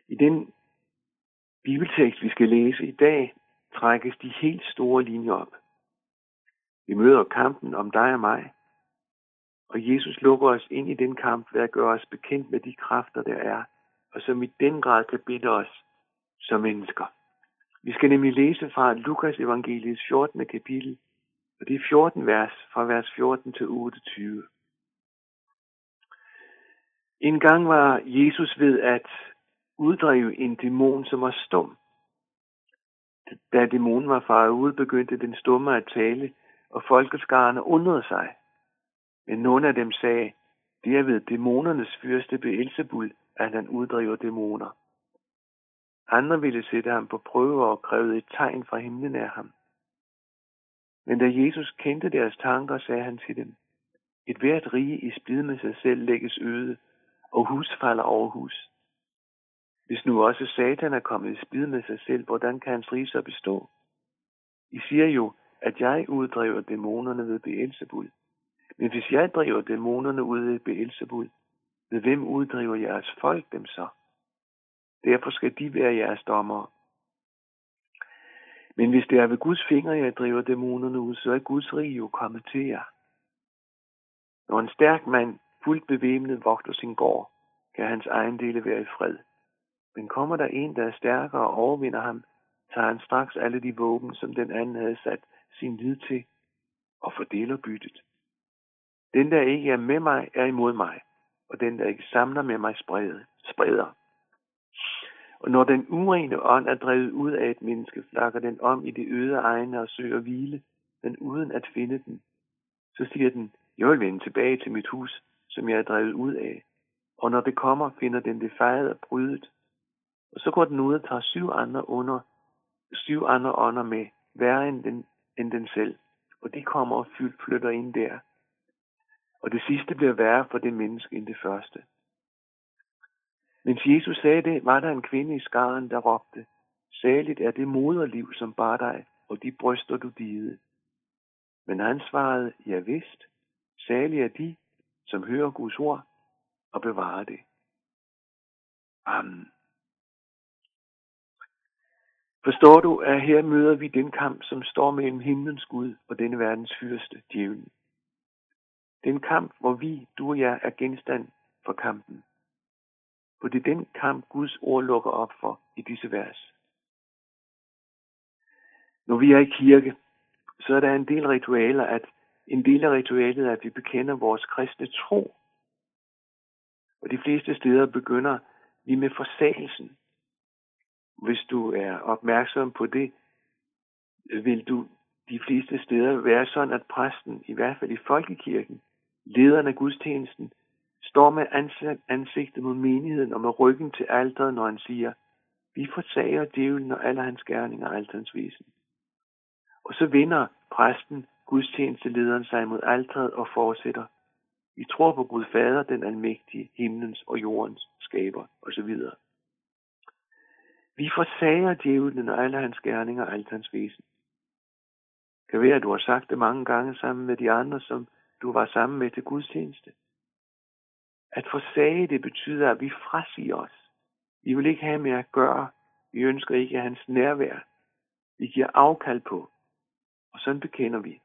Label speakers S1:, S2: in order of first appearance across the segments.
S1: I den bibeltekst, vi skal læse i dag, trækkes de helt store linjer op. Vi møder kampen om dig og mig, og Jesus lukker os ind i den kamp ved at gøre os bekendt med de kræfter, der er, og som i den grad kan binde os som mennesker. Vi skal nemlig læse fra Lukas evangeliets 14. kapitel, og det er 14 vers, fra vers 14 til 28. En gang var Jesus ved at uddrive en dæmon, som var stum. Da dæmonen var faret ud, begyndte den stumme at tale, og folkeskarerne undrede sig. Men nogle af dem sagde, det er ved dæmonernes fyrste Beelzebul, at han uddriver dæmoner. Andre ville sætte ham på prøve og krævede et tegn fra himlen af ham. Men da Jesus kendte deres tanker, sagde han til dem, et hvert rige i splid med sig selv lægges øde, og hus falder over hus. Hvis nu også Satan er kommet i splid med sig selv, hvordan kan hans rige så bestå? I siger jo, at jeg uddriver dæmonerne ved Beelzebul. Men hvis jeg driver dæmonerne ud ved Beelzebul, ved hvem uddriver jeres folk dem så? Derfor skal de være jeres dommere. Men hvis det er ved Guds fingre, jeg driver dæmonerne ud, så er Guds rige jo kommet til jer. Når en stærk mand fuldt bevæbnet vogter sin gård, kan hans ejendele være i fred. Men kommer der en, der er stærkere og overvinder ham, tager han straks alle de våben, som den anden havde sat sin lid til, og fordeler byttet. Den, der ikke er med mig, er imod mig, og den, der ikke samler med mig, spreder. Og når den urene ånd er drevet ud af et menneske, flakker den om i det øde egne og søger hvile, men uden at finde den. Så siger den, jeg vil vende tilbage til mit hus, som jeg er drevet ud af. Og når det kommer, finder den det fejet og brydet. Og så går den ud og tager 7 andre ånder med, værre end den selv. Og de kommer og flytter ind der. Og det sidste bliver værre for det menneske end det første. Mens Jesus sagde det, var der en kvinde i skaren, der råbte, saligt er det moderliv, som bar dig, og de bryster du digede. Men han svarede, ja vist, salige er de, som hører Guds ord og bevarer det. Amen. Forstår du, at her møder vi den kamp, som står mellem himlens Gud og denne verdens fyrste, djævlen. Den kamp, hvor vi, du og jeg, er genstand for kampen. For det er den kamp, Guds ord lukker op for i disse vers. Når vi er i kirke, så er der en del af ritualet, at vi bekender vores kristne tro. Og de fleste steder begynder vi med forsagelsen. Hvis du er opmærksom på det, vil du de fleste steder være sådan, at præsten, i hvert fald i folkekirken, lederen af gudstjenesten, står med ansigtet mod menigheden og med ryggen til alteret, når han siger, vi forsager djævlen og alle hans gerninger og alt hans væsen. Og så vender præsten, gudstjenestelederen, sig mod alteret og fortsætter. Vi tror på Gud Fader, den almægtige, himlens og jordens skaber osv. Vi forsager djævlen og alle hans gerninger og alt hans væsen. Det kan være, at du har sagt det mange gange sammen med de andre, som du var sammen med til gudstjeneste. At forsage, det betyder, at vi frasiger os. Vi vil ikke have mere at gøre. Vi ønsker ikke hans nærvær. Vi giver afkald på. Og sådan bekender vi.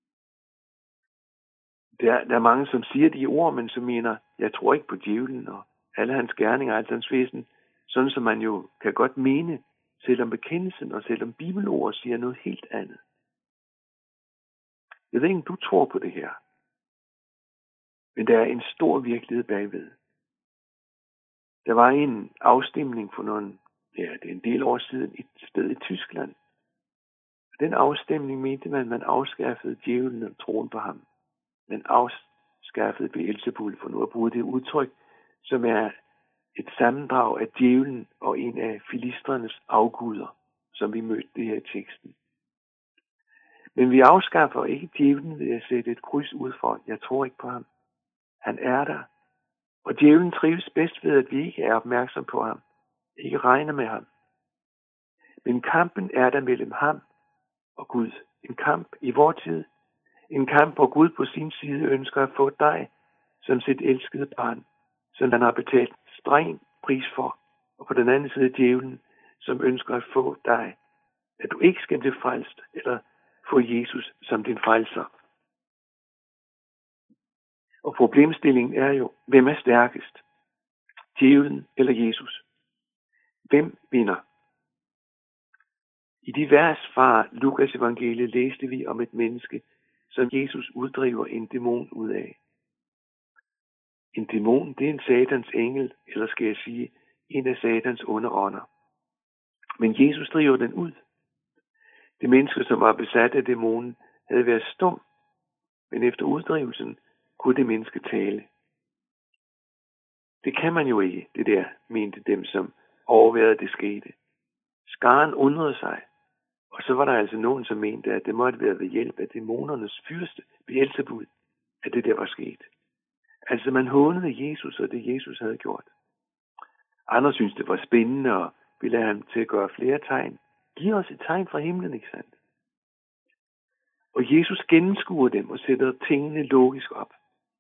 S1: Der er mange, som siger de ord, men som mener, jeg tror ikke på djævlen og alle hans gerninger og alt hans væsen. Sådan som man jo kan godt mene, selvom bekendelsen og selvom bibelord siger noget helt andet. Jeg ved ikke, om du tror på det her. Men der er en stor virkelighed bagved. Der var en afstemning for det er en del år siden, et sted i Tyskland. Den afstemning mente man afskaffede djævlen og troen på ham. Man afskaffede Beelzebul, for nu at bruge det udtryk, som er et sammendrag af djævlen og en af filistrenes afguder, som vi mødte det her i teksten. Men vi afskaffer ikke djævlen ved at sætte et kryds ud for, jeg tror ikke på ham. Han er der. Og djævlen trives bedst ved, at vi ikke er opmærksom på ham. Ikke regner med ham. Men kampen er der mellem ham og Gud. En kamp i vor tid. En kamp, hvor Gud på sin side ønsker at få dig som sit elskede barn, som han har betalt streng pris for Og på den anden side djævlen, som ønsker at få dig, at du ikke skal blive frelst, eller få Jesus som din frelser. Og problemstillingen er jo, hvem er stærkest? Djævlen eller Jesus? Hvem vinder? I de vers fra Lukas evangeliet læste vi om et menneske, som Jesus uddriver en dæmon ud af. En dæmon, det er en satans engel, eller skal jeg sige, en af satans underånder. Men Jesus driver den ud. Det menneske, som var besat af dæmonen, havde været stum, men efter uddrivelsen kunne det menneske tale. Det kan man jo ikke, det der, mente dem, som overværede det skete. Skaren undrede sig, og så var der altså nogen, som mente, at det måtte være ved hjælp af dæmonernes fyrste, Beelzebul, at det der var sket. Altså man hånede Jesus og det Jesus havde gjort. Andre syntes, det var spændende og ville have ham til at gøre flere tegn. Giv os et tegn fra himlen, ikke sandt? Og Jesus gennemskuer dem og sætter tingene logisk op.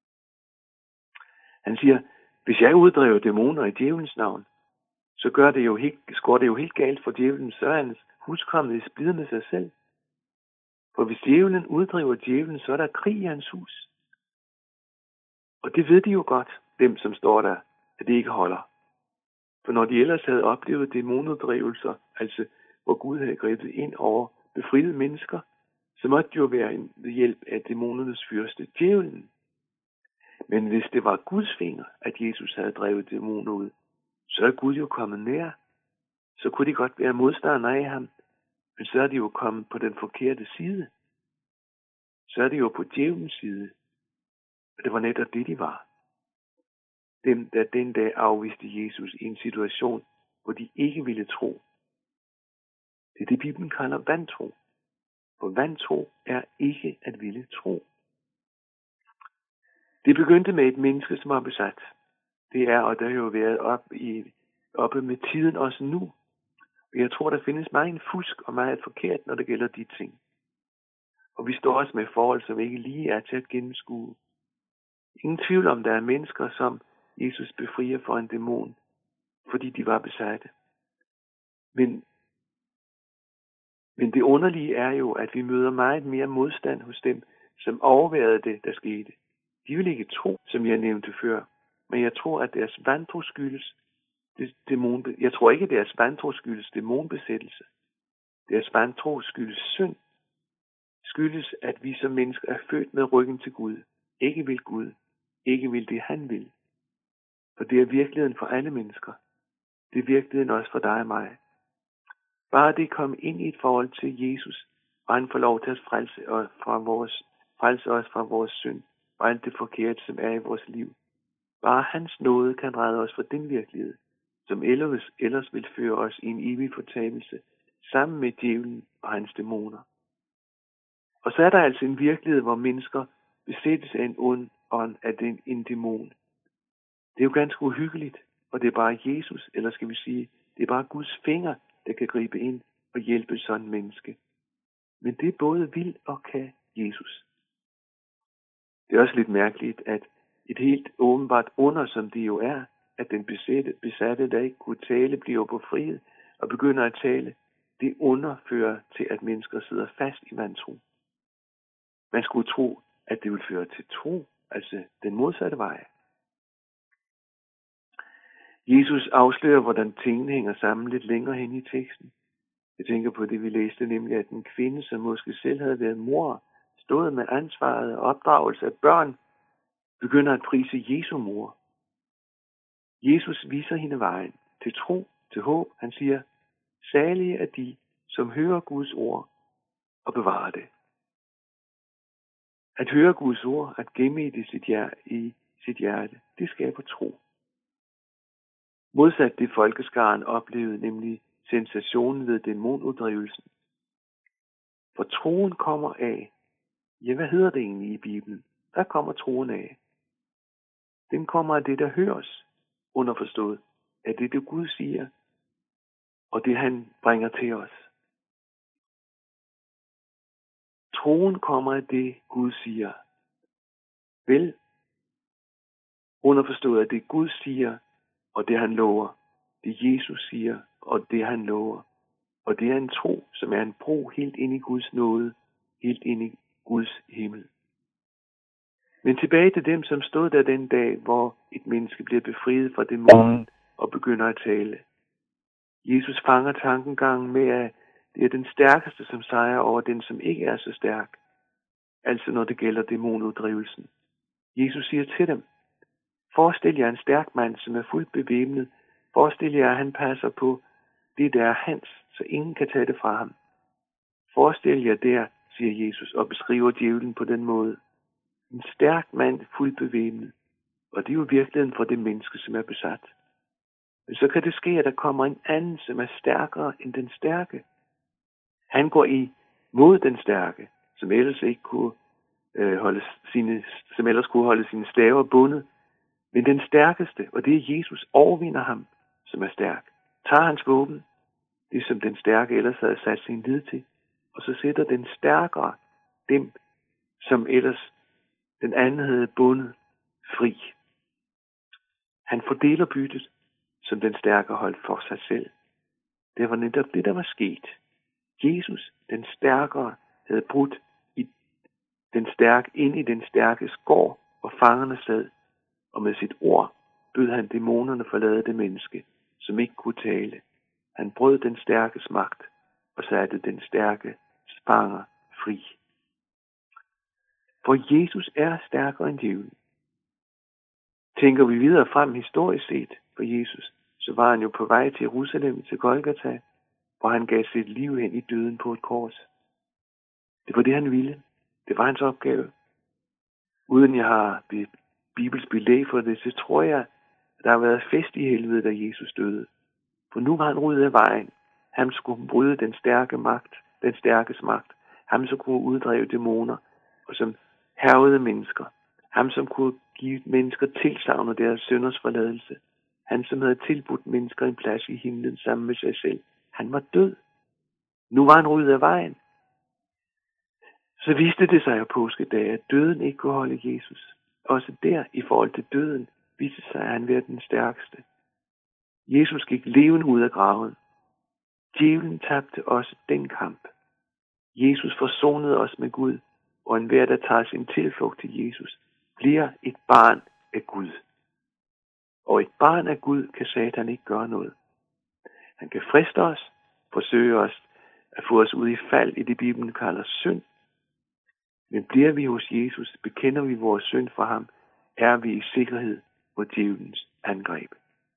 S1: Han siger, hvis jeg uddriver dæmoner i djævelens navn, så går det jo helt galt for djævelen, så er hans huskommet i splid med sig selv. For hvis djævelen uddriver djævelen, så er der krig i hans hus. Og det ved de jo godt, dem som står der, at det ikke holder. For når de ellers havde oplevet dæmonuddrivelser, altså hvor Gud havde grebet ind over befriede mennesker, så måtte det jo være ved hjælp af dæmonernes fyrste, djævelen. Men hvis det var Guds finger, at Jesus havde drevet dæmoner ud, så er Gud jo kommet nær. Så kunne de godt være modstandere af ham, men så er de jo kommet på den forkerte side. Så er de jo på djævelens side. Og det var netop det, de var. Dem, der den dag afviste Jesus i en situation, hvor de ikke ville tro. Det er det, Bibelen kalder vantro. For vantro er ikke at ville tro. Det begyndte med et menneske, som var besat. Det er, og der har jo været oppe med tiden også nu. Og jeg tror, der findes meget fusk og meget forkert, når det gælder de ting. Og vi står også med forhold, som ikke lige er til at gennemskue. Ingen tvivl om, der er mennesker, som Jesus befrier for en dæmon, fordi de var besatte. Men det underlige er jo, at vi møder meget mere modstand hos dem, som overværede det, der skete. De vil ikke tro, som jeg nævnte før, men jeg tror, at deres vantro skyldes jeg tror ikke, at deres vantro skyldes dæmonbesættelse. Deres vantro skyldes synd. Skyldes, at vi som mennesker er født med ryggen til Gud. Ikke vil Gud. Ikke vil det, han vil. For det er virkeligheden for alle mennesker. Det er virkeligheden også for dig og mig. Bare det kom ind i et forhold til Jesus, og han får lov til at frelse os fra vores synd, og alt det forkerte, som er i vores liv. Bare hans nåde kan redde os fra den virkelighed, som ellers vil føre os i en evig fortabelse, sammen med djævlen og hans dæmoner. Og så er der altså en virkelighed, hvor mennesker besættes af en ond ånd af en dæmon. Det er jo ganske uhyggeligt, og det er bare Jesus, eller skal vi sige, det er bare Guds finger, der kan gribe ind og hjælpe sådan en menneske. Men det både vil og kan Jesus. Det er også lidt mærkeligt, at et helt åbenbart under, som det jo er, at den besatte, der ikke kunne tale, bliver befriet og begynder at tale, det underfører til, at mennesker sidder fast i vantro. Man skulle tro, at det vil føre til tro, altså den modsatte vej. Jesus afslører, hvordan tingene hænger sammen lidt længere hen i teksten. Jeg tænker på det, vi læste, nemlig at en kvinde, som måske selv havde været mor, stået med ansvaret og opdragelse af børn, begynder at prise Jesu mor. Jesus viser hende vejen til tro, til håb. Han siger, salige er de, som hører Guds ord og bevarer det. At høre Guds ord, at gemme i sit hjerte, det skaber tro. Modsat det folkeskaren oplevede, nemlig sensationen ved dæmonuddrivelsen. For troen kommer af. Ja, hvad hedder det egentlig i Bibelen? Der kommer troen af. Den kommer af det, der høres, underforstået, af det Gud siger, og det han bringer til os. Troen kommer af det, Gud siger. Vel, underforstået af det Gud siger, og det han lover. det Jesus siger, og det han lover. Og det er en tro, som er en bro helt ind i Guds nåde, helt ind i Guds himmel. Men tilbage til dem, som stod der den dag, hvor et menneske bliver befriet fra dæmonen og begynder at tale. Jesus fanger tankengangen med, at det er den stærkeste, som sejrer over den, som ikke er så stærk. Altså når det gælder dæmonuddrivelsen. Jesus siger til dem, forestil jer en stærk mand, som er fuldt bevæbnet. Forestil jer, at han passer på det, der er hans, så ingen kan tage det fra ham. Forestil jer der, siger Jesus, og beskriver djævlen på den måde. En stærk mand, fuldt bevæbnet. Og det er jo virkeligheden for det menneske, som er besat. Men så kan det ske, at der kommer en anden, som er stærkere end den stærke. Han går imod den stærke, som ellers ikke kunne holde sine staver bundet. Men den stærkeste, og det er Jesus, overvinder ham, som er stærk. Tager hans våben, det som den stærke ellers havde sat sin lid til, og så sætter den stærkere dem, som ellers den anden havde bundet, fri. Han fordeler byttet, som den stærke holdt for sig selv. Det var netop det, der var sket. Jesus, den stærkere, havde brudt ind i den stærkes gård, hvor fangerne sad, og med sit ord bød han dæmonerne forlade det menneske, som ikke kunne tale. Han brød den stærkes magt og satte den stærke fanger fri. For Jesus er stærkere end djævlen. Tænker vi videre frem historisk set for Jesus, så var han jo på vej til Jerusalem, til Golgata, hvor han gav sit liv hen i døden på et kors. Det var det, han ville. Det var hans opgave. Uden jeg har Bibels belæg for det, så tror jeg, at der har været fest i helvede, da Jesus døde. For nu var han ryddet af vejen. Han skulle bryde den stærkes magt. Ham, som kunne uddrive dæmoner, og som hærgede mennesker. Ham, som kunne give mennesker tilsagn og deres synders forladelse. Han, som havde tilbudt mennesker en plads i himlen sammen med sig selv. Han var død. Nu var han ryddet af vejen. Så viste det sig jo påskedag, at døden ikke kunne holde Jesus. Også der, i forhold til døden, viste sig, at han var den stærkeste. Jesus gik levende ud af graven. Djævlen tabte også den kamp. Jesus forsonede os med Gud, og enhver, der tager sin tilflugt til Jesus, bliver et barn af Gud. Og et barn af Gud kan Satan ikke gøre noget. Han kan friste os, forsøge os at få os ud i fald i det, Bibelen kalder synd. Men bliver vi hos Jesus, bekender vi vores synd for ham, er vi i sikkerhed mod djævelens angreb.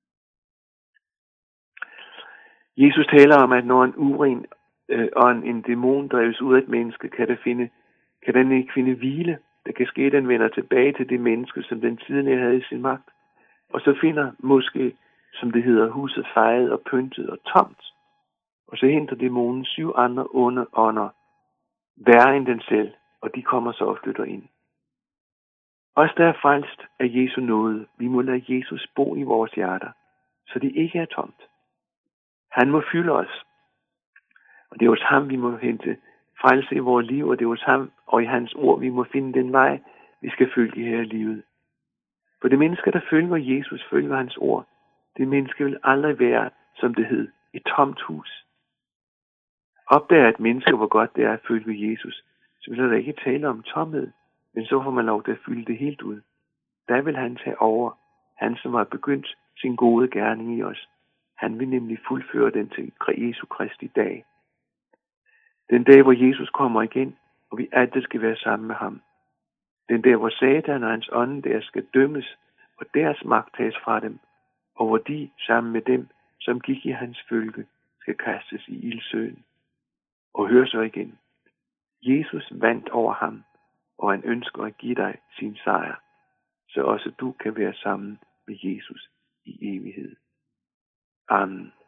S1: Jesus taler om, at når en uren og en dæmon drives ud af et menneske, kan den ikke finde hvile. Det kan ske, at den vender tilbage til det menneske, som den tidligere havde i sin magt. Og så finder måske, som det hedder, huset fejet og pyntet og tomt. Og så henter dæmonen 7 andre onde ånder, værre end den selv, og de kommer så og flytter ind. Os, der er frelst af Jesu nåde, vi må lade Jesus bo i vores hjerter, så det ikke er tomt. Han må fylde os, og det er hos ham, vi må hente frelse i vores liv, og det er hos ham og i hans ord, vi må finde den vej, vi skal følge her i livet. For det menneske, der følger Jesus, følger hans ord. Det menneske vil aldrig være, som det hed, et tomt hus. Opdager et menneske, hvor godt det er at følge Jesus, så vil der ikke tale om tomhed, men så får man lov til at fylde det helt ud. Der vil han tage over, han som har begyndt sin gode gerning i os. Han vil nemlig fuldføre den til Jesu Kristi dag. Den dag, hvor Jesus kommer igen, og vi altid skal være sammen med ham. Den dag, hvor Satan og hans ånd der skal dømmes, og deres magt tages fra dem, og hvor de, sammen med dem, som gik i hans følge, skal kastes i ildsøen. Og hør så igen. Jesus vandt over ham, og han ønsker at give dig sin sejr, så også du kan være sammen med Jesus i evighed. Amen.